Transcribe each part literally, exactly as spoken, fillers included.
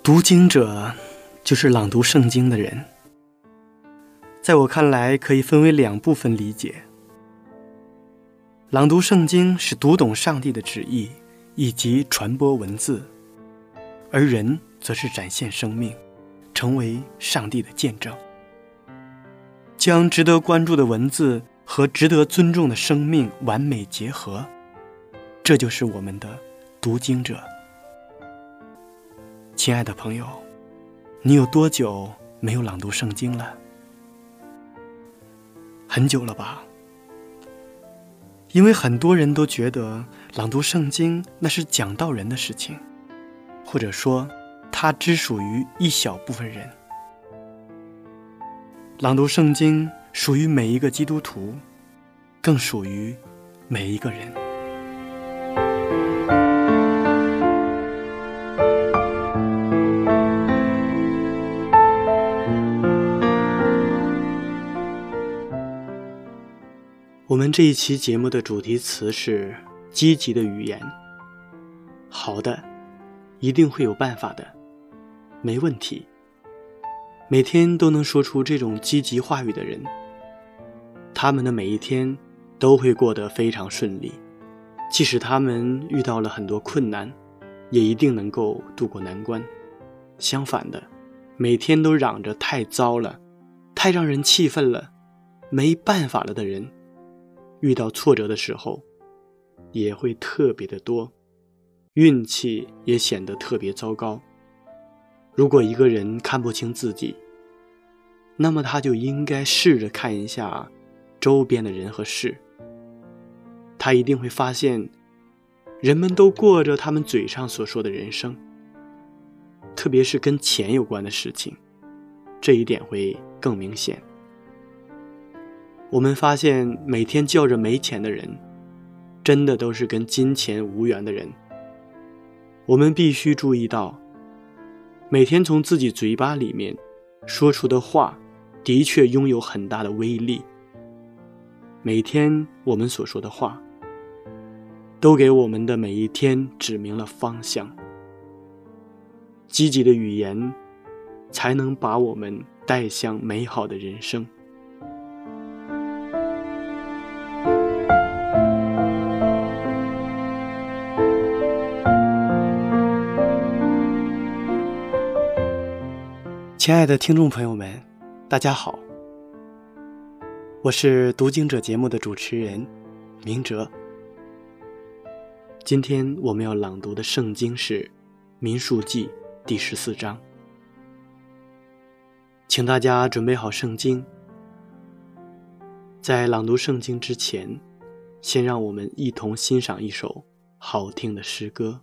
读经者就是朗读圣经的人。在我看来，可以分为两部分理解。朗读圣经是读懂上帝的旨意以及传播文字，而人则是展现生命，成为上帝的见证，将值得关注的文字和值得尊重的生命完美结合，这就是我们的读经者。亲爱的朋友，你有多久没有朗读圣经了？很久了吧？因为很多人都觉得朗读圣经那是讲道人的事情，或者说它只属于一小部分人。朗读圣经属于每一个基督徒，更属于每一个人。我们这一期节目的主题词是积极的语言。好的，一定会有办法的，没问题。每天都能说出这种积极话语的人，他们的每一天都会过得非常顺利，即使他们遇到了很多困难，也一定能够度过难关。相反的，每天都嚷着太糟了，太让人气愤了，没办法了的人，遇到挫折的时候也会特别的多，运气也显得特别糟糕。如果一个人看不清自己，那么他就应该试着看一下周边的人和事，他一定会发现人们都过着他们嘴上所说的人生，特别是跟钱有关的事情，这一点会更明显。我们发现每天叫着没钱的人，真的都是跟金钱无缘的人。我们必须注意到，每天从自己嘴巴里面说出的话，的确拥有很大的威力。每天我们所说的话，都给我们的每一天指明了方向。积极的语言，才能把我们带向美好的人生。亲爱的听众朋友们，大家好，我是读经者节目的主持人明哲。今天我们要朗读的圣经是民数记第十四章，请大家准备好圣经。在朗读圣经之前，先让我们一同欣赏一首好听的诗歌。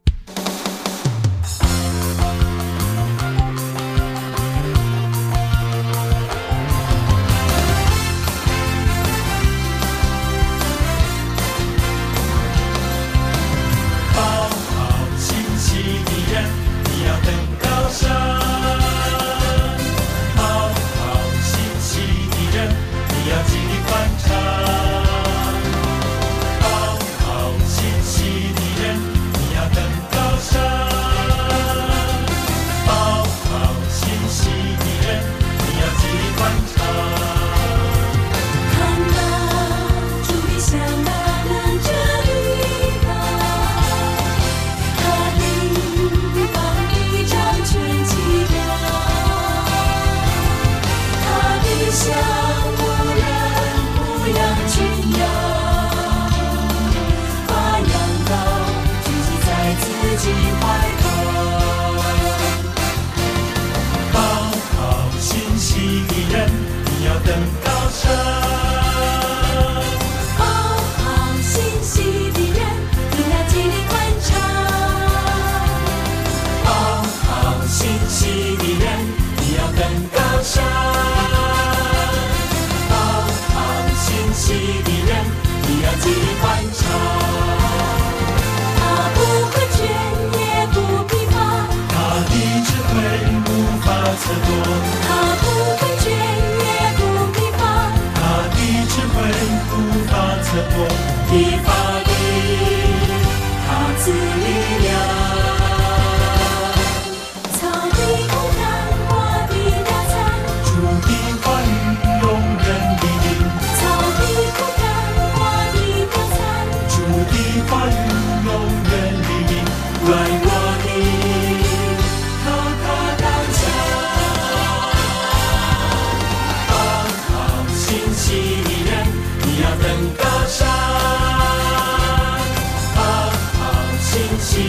他不会倦也不疲乏，他的智慧无法测度，的法力，他赐力量。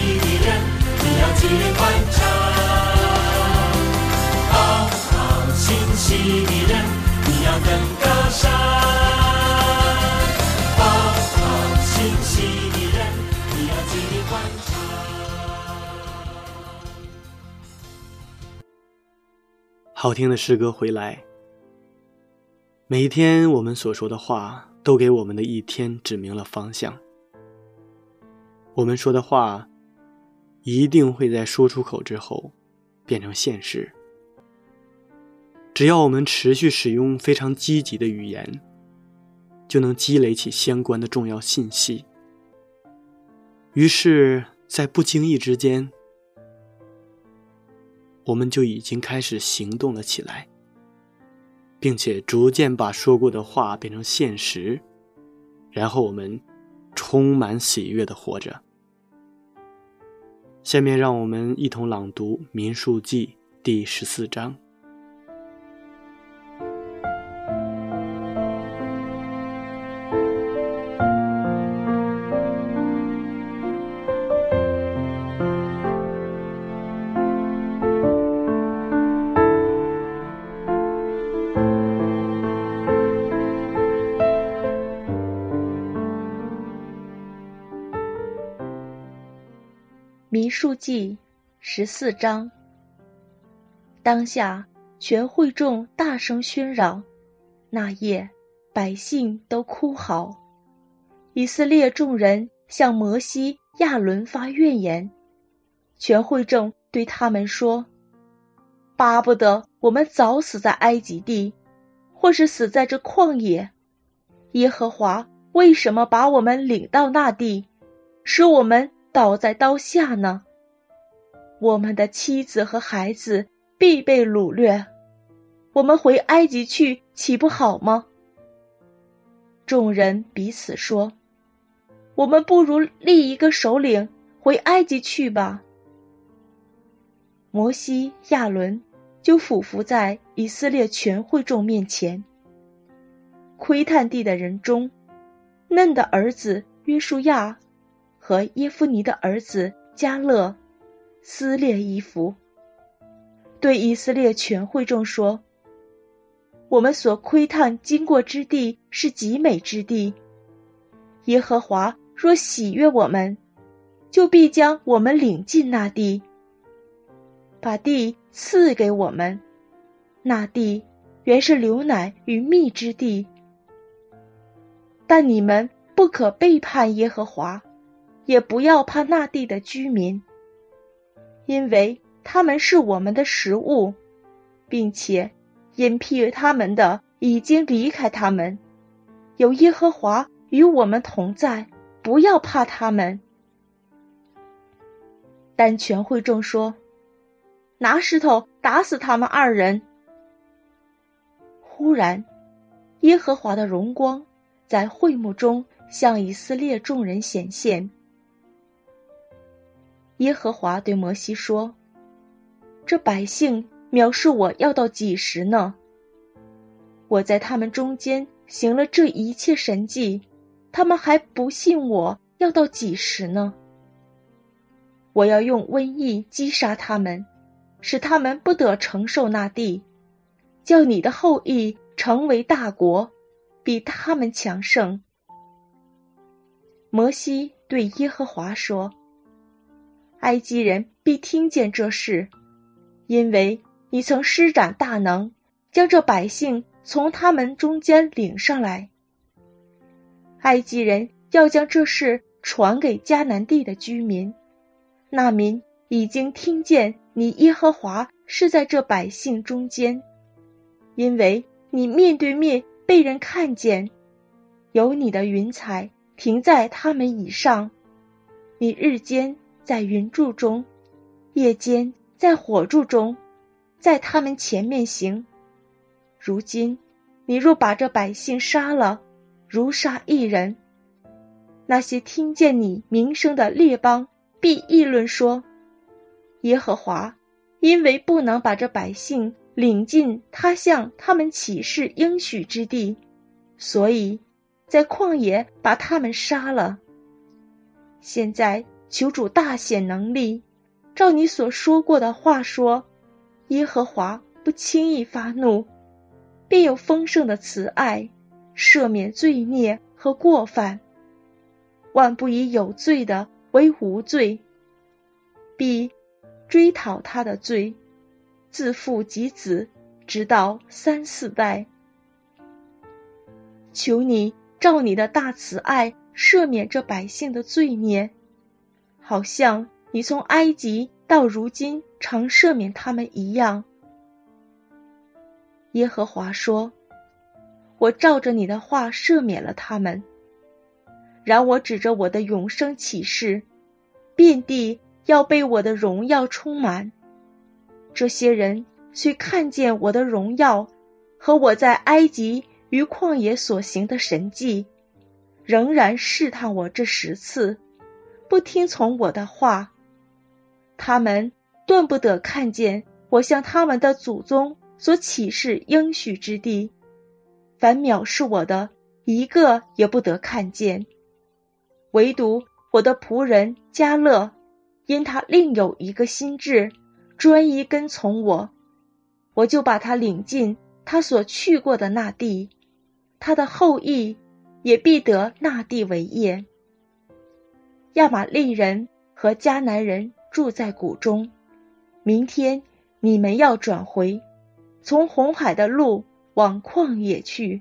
的人，你要极力欢唱。好好信息的人，你要更高尚。好好信息的人，你要极力欢唱。 好听的诗歌回来，每一天我们所说的话都给我们的一天指明了方向。我们说的话一定会在说出口之后变成现实。只要我们持续使用非常积极的语言，就能积累起相关的重要信息。于是在不经意之间，我们就已经开始行动了起来，并且逐渐把说过的话变成现实，然后我们充满喜悦地活着。下面让我们一同朗读《民数记》第十四章。 民数记十四章。当下全会众大声喧嚷，那夜百姓都哭嚎。以色列众人向摩西、亚伦发怨言，全会众对他们说：巴不得我们早死在埃及地，或是死在这旷野。耶和华为什么把我们领到那地，使我们倒在刀下呢？我们的妻子和孩子必被掳掠，我们回埃及去岂不好吗？众人彼此说：我们不如立一个首领回埃及去吧。摩西、亚伦就俯伏在以色列全会众面前。窥探地的人中，嫩的儿子约书亚和耶夫尼的儿子迦勒撕裂衣服，对以色列全会众说：我们所窥探经过之地是极美之地，耶和华若喜悦我们，就必将我们领进那地，把地赐给我们，那地原是流奶与蜜之地。但你们不可背叛耶和华，也不要怕那地的居民，因为他们是我们的食物，并且因辟他们的已经离开他们。有耶和华与我们同在，不要怕他们。但全会众说：拿石头打死他们二人。忽然，耶和华的荣光在会幕中向以色列众人显现。耶和华对摩西说：这百姓藐视我要到几时呢？我在他们中间行了这一切神迹，他们还不信我要到几时呢？我要用瘟疫击杀他们，使他们不得承受那地，叫你的后裔成为大国，比他们强盛。摩西对耶和华说：埃及人必听见这事，因为你曾施展大能，将这百姓从他们中间领上来。埃及人要将这事传给迦南地的居民，那民已经听见你耶和华是在这百姓中间，因为你面对面被人看见，有你的云彩停在他们以上，你日间在云柱中，夜间在火柱中，在他们前面行。如今你若把这百姓杀了，如杀一人，那些听见你名声的列邦必议论说：耶和华因为不能把这百姓领进他向他们起誓应许之地，所以在旷野把他们杀了。现在求主大显能力，照你所说过的话说，耶和华不轻易发怒，便有丰盛的慈爱，赦免罪孽和过犯，万不以有罪的为无罪，必追讨他的罪，自父及子，直到三四代。求你照你的大慈爱赦免这百姓的罪孽，好像你从埃及到如今常赦免他们一样。耶和华说，我照着你的话赦免了他们，然我指着我的永生起誓，遍地要被我的荣耀充满。这些人虽看见我的荣耀和我在埃及于旷野所行的神迹，仍然试探我这十次，不听从我的话。他们断不得看见我向他们的祖宗所启示应许之地，凡藐视我的，一个也不得看见。唯独我的仆人迦勒，因他另有一个心志，专一跟从我，我就把他领进他所去过的那地，他的后裔也必得那地为业。亚玛利人和迦南人住在谷中，明天你们要转回，从红海的路往旷野去。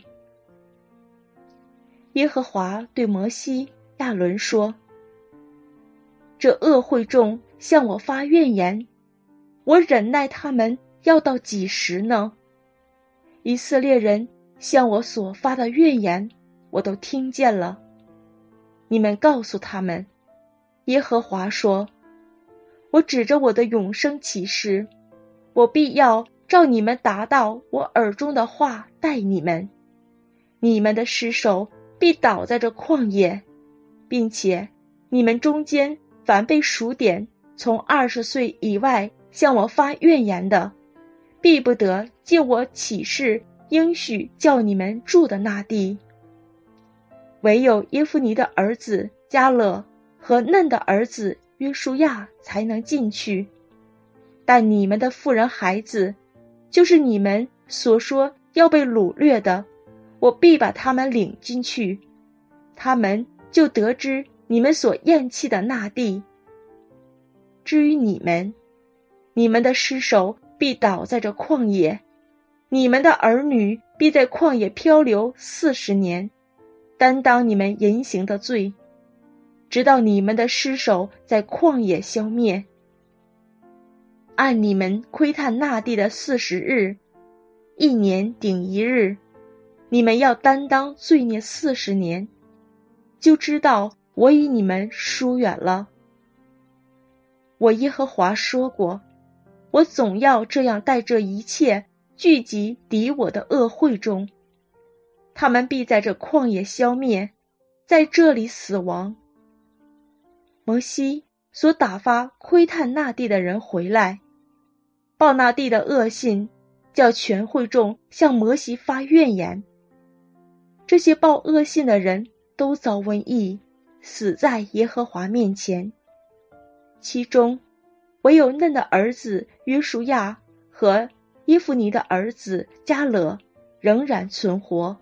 耶和华对摩西、亚伦说，这恶会众向我发怨言，我忍耐他们要到几时呢？以色列人向我所发的怨言，我都听见了。你们告诉他们，耶和华说，我指着我的永生起誓，我必要照你们达到我耳中的话待你们，你们的尸首必倒在这旷野，并且你们中间凡被数点从二十岁以外向我发怨言的，必不得借我起誓应许叫你们住的那地。唯有耶夫尼的儿子迦勒和嫩的儿子约书亚才能进去，但你们的妇人孩子，就是你们所说要被掳掠的，我必把他们领进去，他们就得知你们所厌弃的那地。至于你们，你们的尸首必倒在这旷野，你们的儿女必在旷野漂流四十年，担当你们淫行的罪，直到你们的尸首在旷野消灭。按你们窥探那地的四十日，一年顶一日，你们要担当罪孽四十年，就知道我与你们疏远了。我耶和华说过，我总要这样待这一切聚集敌我的恶会中，他们必在这旷野消灭，在这里死亡。摩西所打发窥探那地的人回来，报那地的恶信，叫全会众向摩西发怨言。这些报恶信的人都遭瘟疫，死在耶和华面前。其中唯有嫩的儿子约书亚和耶夫尼的儿子迦勒仍然存活。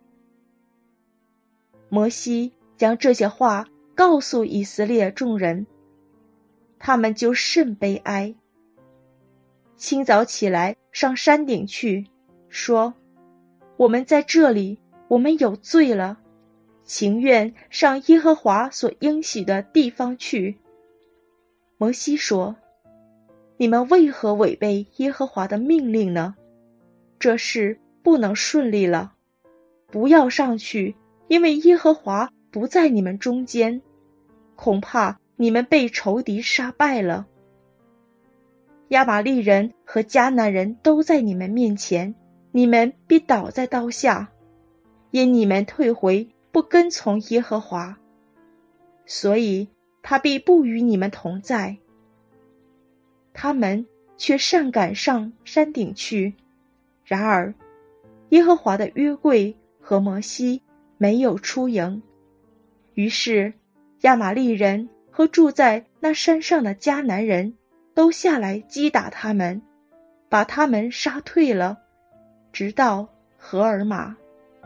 摩西将这些话告诉以色列众人，他们就甚悲哀。清早起来上山顶去，说，我们在这里，我们有罪了，情愿上耶和华所应许的地方去。摩西说，你们为何违背耶和华的命令呢？这事不能顺利了，不要上去，因为耶和华不在你们中间，恐怕你们被仇敌杀败了。亚玛利人和迦南人都在你们面前，你们必倒在刀下，因你们退回不跟从耶和华，所以他必不与你们同在。他们却擅赶上山顶去，然而耶和华的约柜和摩西没有出营。于是亚玛利人和住在那山上的迦南人都下来击打他们，把他们杀退了，直到荷尔玛。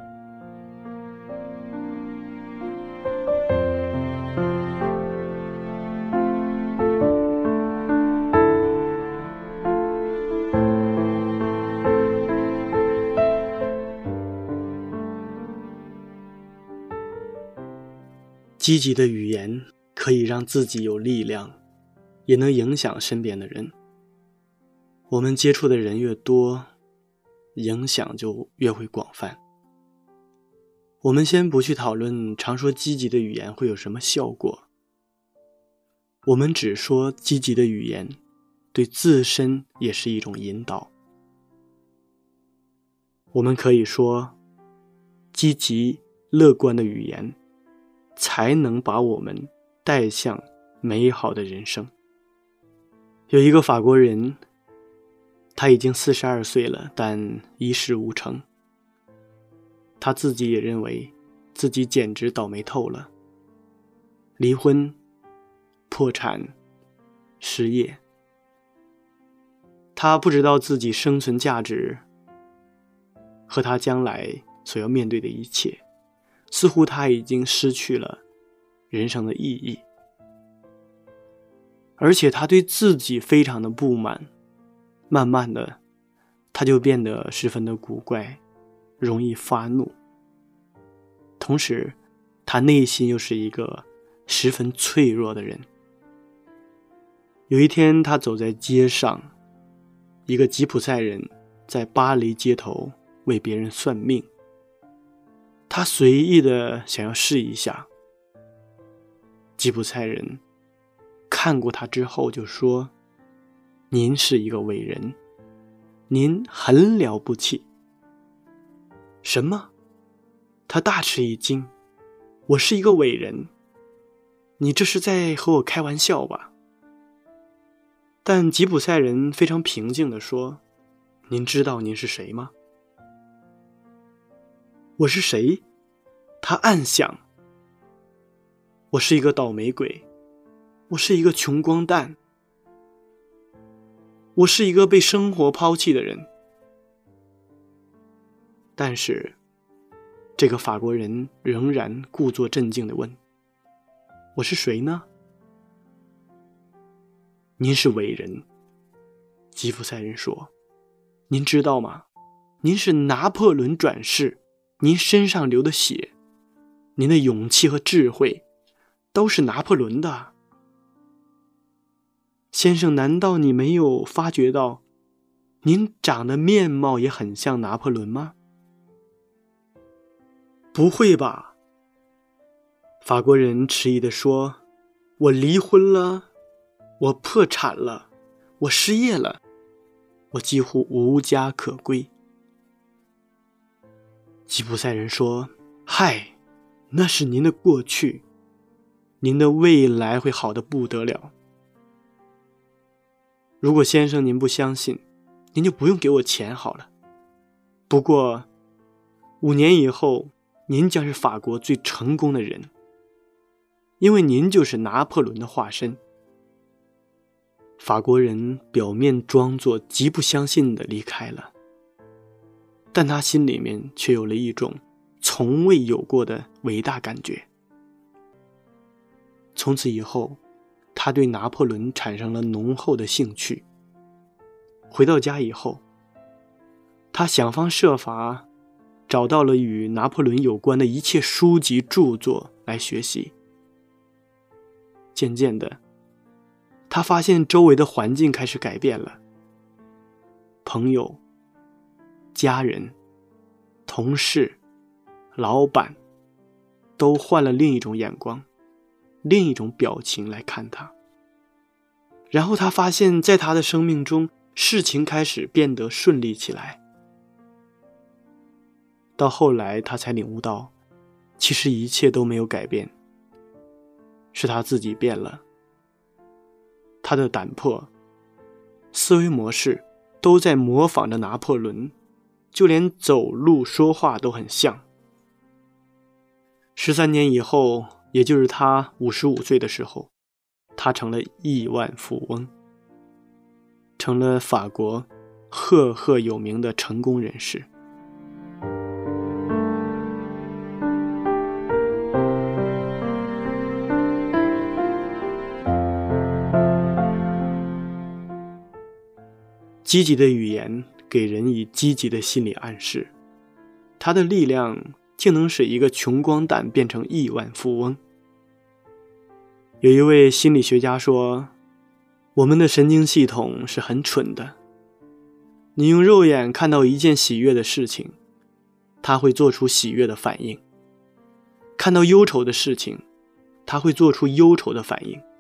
积极的语言可以让自己有力量，也能影响身边的人。我们接触的人越多，影响就越会广泛。我们先不去讨论常说积极的语言会有什么效果，我们只说积极的语言对自身也是一种引导。我们可以说，积极乐观的语言才能把我们带向美好的人生。有一个法国人，他已经四十二岁了，但一事无成。他自己也认为自己简直倒霉透了，离婚、破产、失业。他不知道自己生存价值和他将来所要面对的一切，似乎他已经失去了人生的意义，而且他对自己非常的不满，慢慢的他就变得十分的古怪，容易发怒，同时他内心又是一个十分脆弱的人。有一天他走在街上，一个吉普赛人在巴黎街头为别人算命，他随意的想要试一下。吉普赛人看过他之后就说，您是一个伟人，您很了不起。什么？他大吃一惊，我是一个伟人？你这是在和我开玩笑吧？但吉普赛人非常平静地说，您知道您是谁吗？我是谁？他暗想，我是一个倒霉鬼，我是一个穷光蛋，我是一个被生活抛弃的人。但是这个法国人仍然故作镇静地问，我是谁呢？您是伟人。吉普赛人说，您知道吗？您是拿破仑转世，您身上流的血，您的勇气和智慧都是拿破仑的。先生，难道你没有发觉到您长得面貌也很像拿破仑吗？不会吧？法国人迟疑地说，我离婚了，我破产了，我失业了，我几乎无家可归。吉普赛人说，嗨，那是您的过去，您的未来会好得不得了。如果先生您不相信，您就不用给我钱好了。不过五年以后，您将是法国最成功的人，因为您就是拿破仑的化身。法国人表面装作极不相信地离开了，但他心里面却有了一种从未有过的伟大感觉。从此以后，他对拿破仑产生了浓厚的兴趣。回到家以后，他想方设法找到了与拿破仑有关的一切书籍著作来学习。渐渐的，他发现周围的环境开始改变了，朋友、家人、同事、老板都换了另一种眼光，另一种表情来看他。然后他发现在他的生命中，事情开始变得顺利起来。到后来他才领悟到，其实一切都没有改变，是他自己变了。他的胆魄、思维模式都在模仿着拿破仑，就连走路说话都很像。十三年以后，也就是他五十五岁的时候， 他成了亿万富翁，成了法国赫赫有名的成功人士。积极的语言给人以积极的心理暗示，它的力量竟能使一个穷光蛋变成亿万富翁。有一位心理学家说，我们的神经系统是很蠢的，你用肉眼看到一件喜悦的事情，它会做出喜悦的反应；看到忧愁的事情，它会做出忧愁的反应。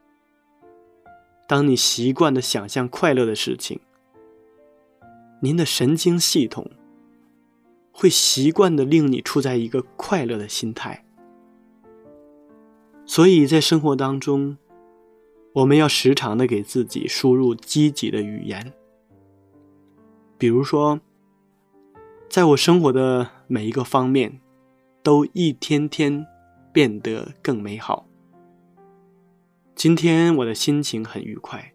当你习惯地想象快乐的事情，您的神经系统会习惯地令你处在一个快乐的心态。所以在生活当中，我们要时常地给自己输入积极的语言。比如说，在我生活的每一个方面都一天天变得更美好。今天我的心情很愉快，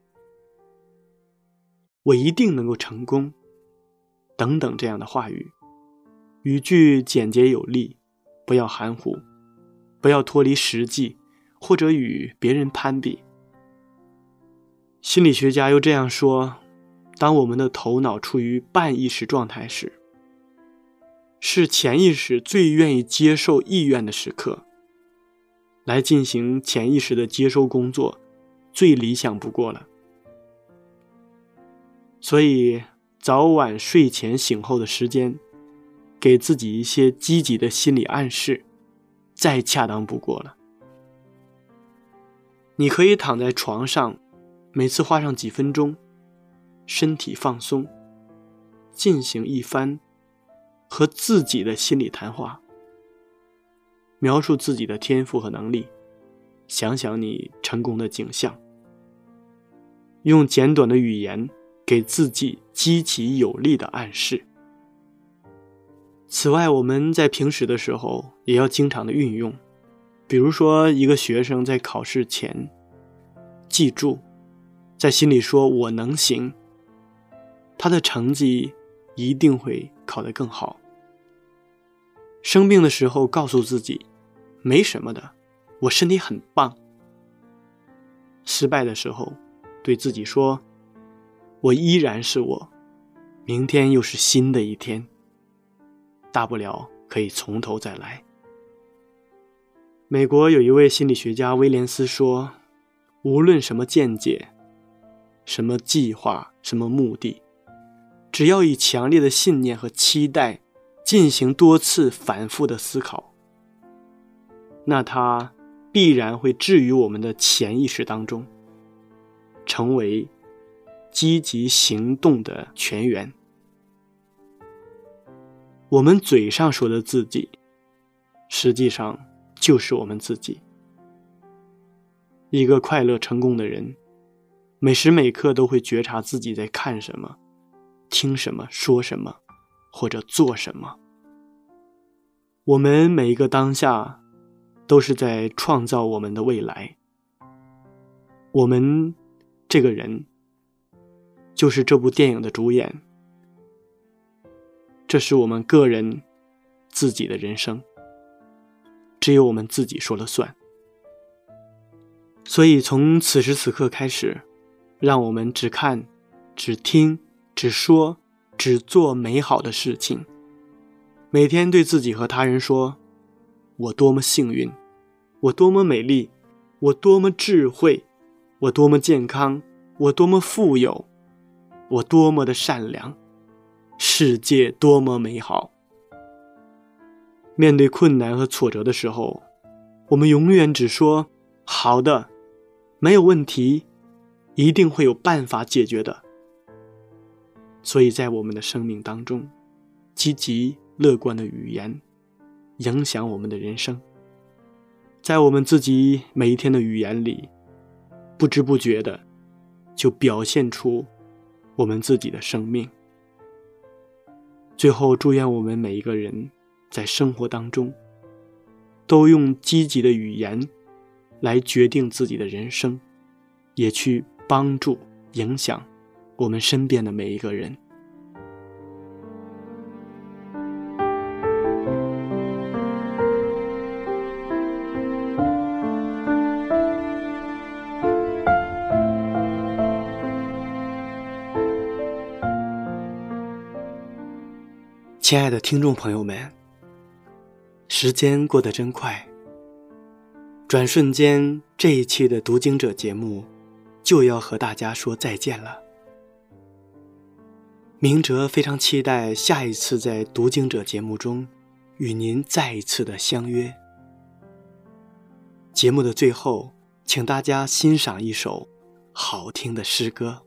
我一定能够成功，等等这样的话语，语句简洁有力，不要含糊，不要脱离实际，或者与别人攀比。心理学家又这样说，当我们的头脑处于半意识状态时，是潜意识最愿意接受意愿的时刻，来进行潜意识的接收工作，最理想不过了。所以早晚睡前醒后的时间，给自己一些积极的心理暗示，再恰当不过了。你可以躺在床上，每次花上几分钟，身体放松，进行一番和自己的心理谈话，描述自己的天赋和能力，想想你成功的景象，用简短的语言给自己积极有力的暗示。此外，我们在平时的时候也要经常的运用。比如说，一个学生在考试前记住，在心里说我能行，他的成绩一定会考得更好。生病的时候告诉自己没什么的，我身体很棒。失败的时候对自己说，我依然是我，明天又是新的一天，大不了可以从头再来。美国有一位心理学家威廉斯说，无论什么见解，什么计划，什么目的，只要以强烈的信念和期待进行多次反复的思考，那它必然会置于我们的潜意识当中，成为积极行动的泉源。我们嘴上说的自己，实际上就是我们自己。一个快乐成功的人，每时每刻都会觉察自己在看什么，听什么，说什么，或者做什么。我们每一个当下都是在创造我们的未来。我们这个人就是这部电影的主演，这是我们个人自己的人生，只有我们自己说了算。所以从此时此刻开始，让我们只看、只听、只说、只做美好的事情。每天对自己和他人说，我多么幸运，我多么美丽，我多么智慧，我多么健康，我多么富有，我多么的善良，世界多么美好。面对困难和挫折的时候，我们永远只说好的，没有问题，一定会有办法解决的。所以在我们的生命当中，积极乐观的语言影响我们的人生。在我们自己每一天的语言里，不知不觉的就表现出我们自己的生命。最后，祝愿我们每一个人在生活当中都用积极的语言来决定自己的人生，也去帮助影响我们身边的每一个人。亲爱的听众朋友们，时间过得真快，转瞬间这一期的读经者节目就要和大家说再见了。明哲非常期待下一次在读经者节目中与您再一次的相约。节目的最后，请大家欣赏一首好听的诗歌。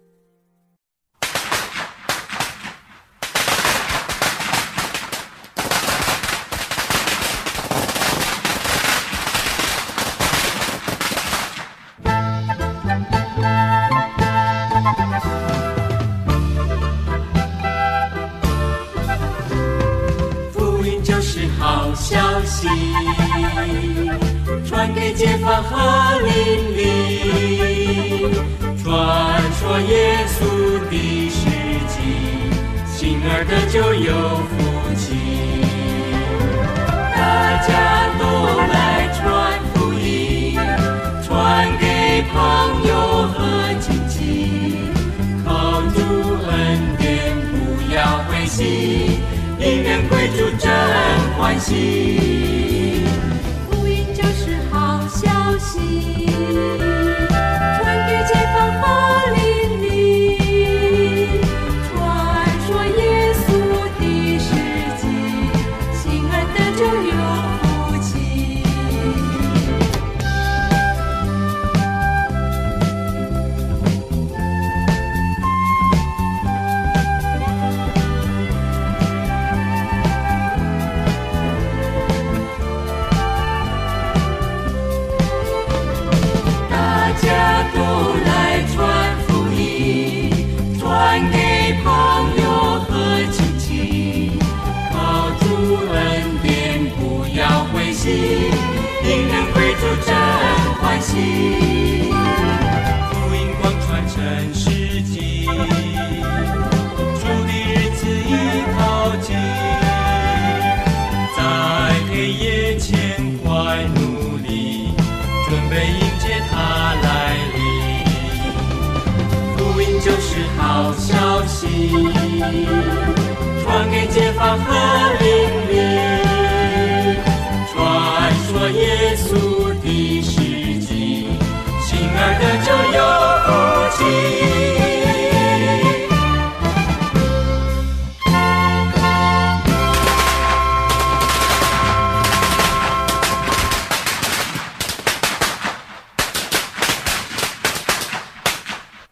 消息传给街坊和邻里，传说耶稣的事迹，信而得救有福气。大家都来传福音，传给朋友和亲戚，靠主恩典不要灰心，因缘归主真欢喜。福音就是好消息，传给街坊和邻里，传说耶稣的事迹，信而得救有福气。传给朋友和亲戚，靠主恩典不要灰心，因缘归主真欢喜。福音光传真实际，主的日子已靠近，在黑夜前快努力，准备迎接他来临。福音就是好消息，传给街坊和邻里，传说耶稣的事迹，信而得救有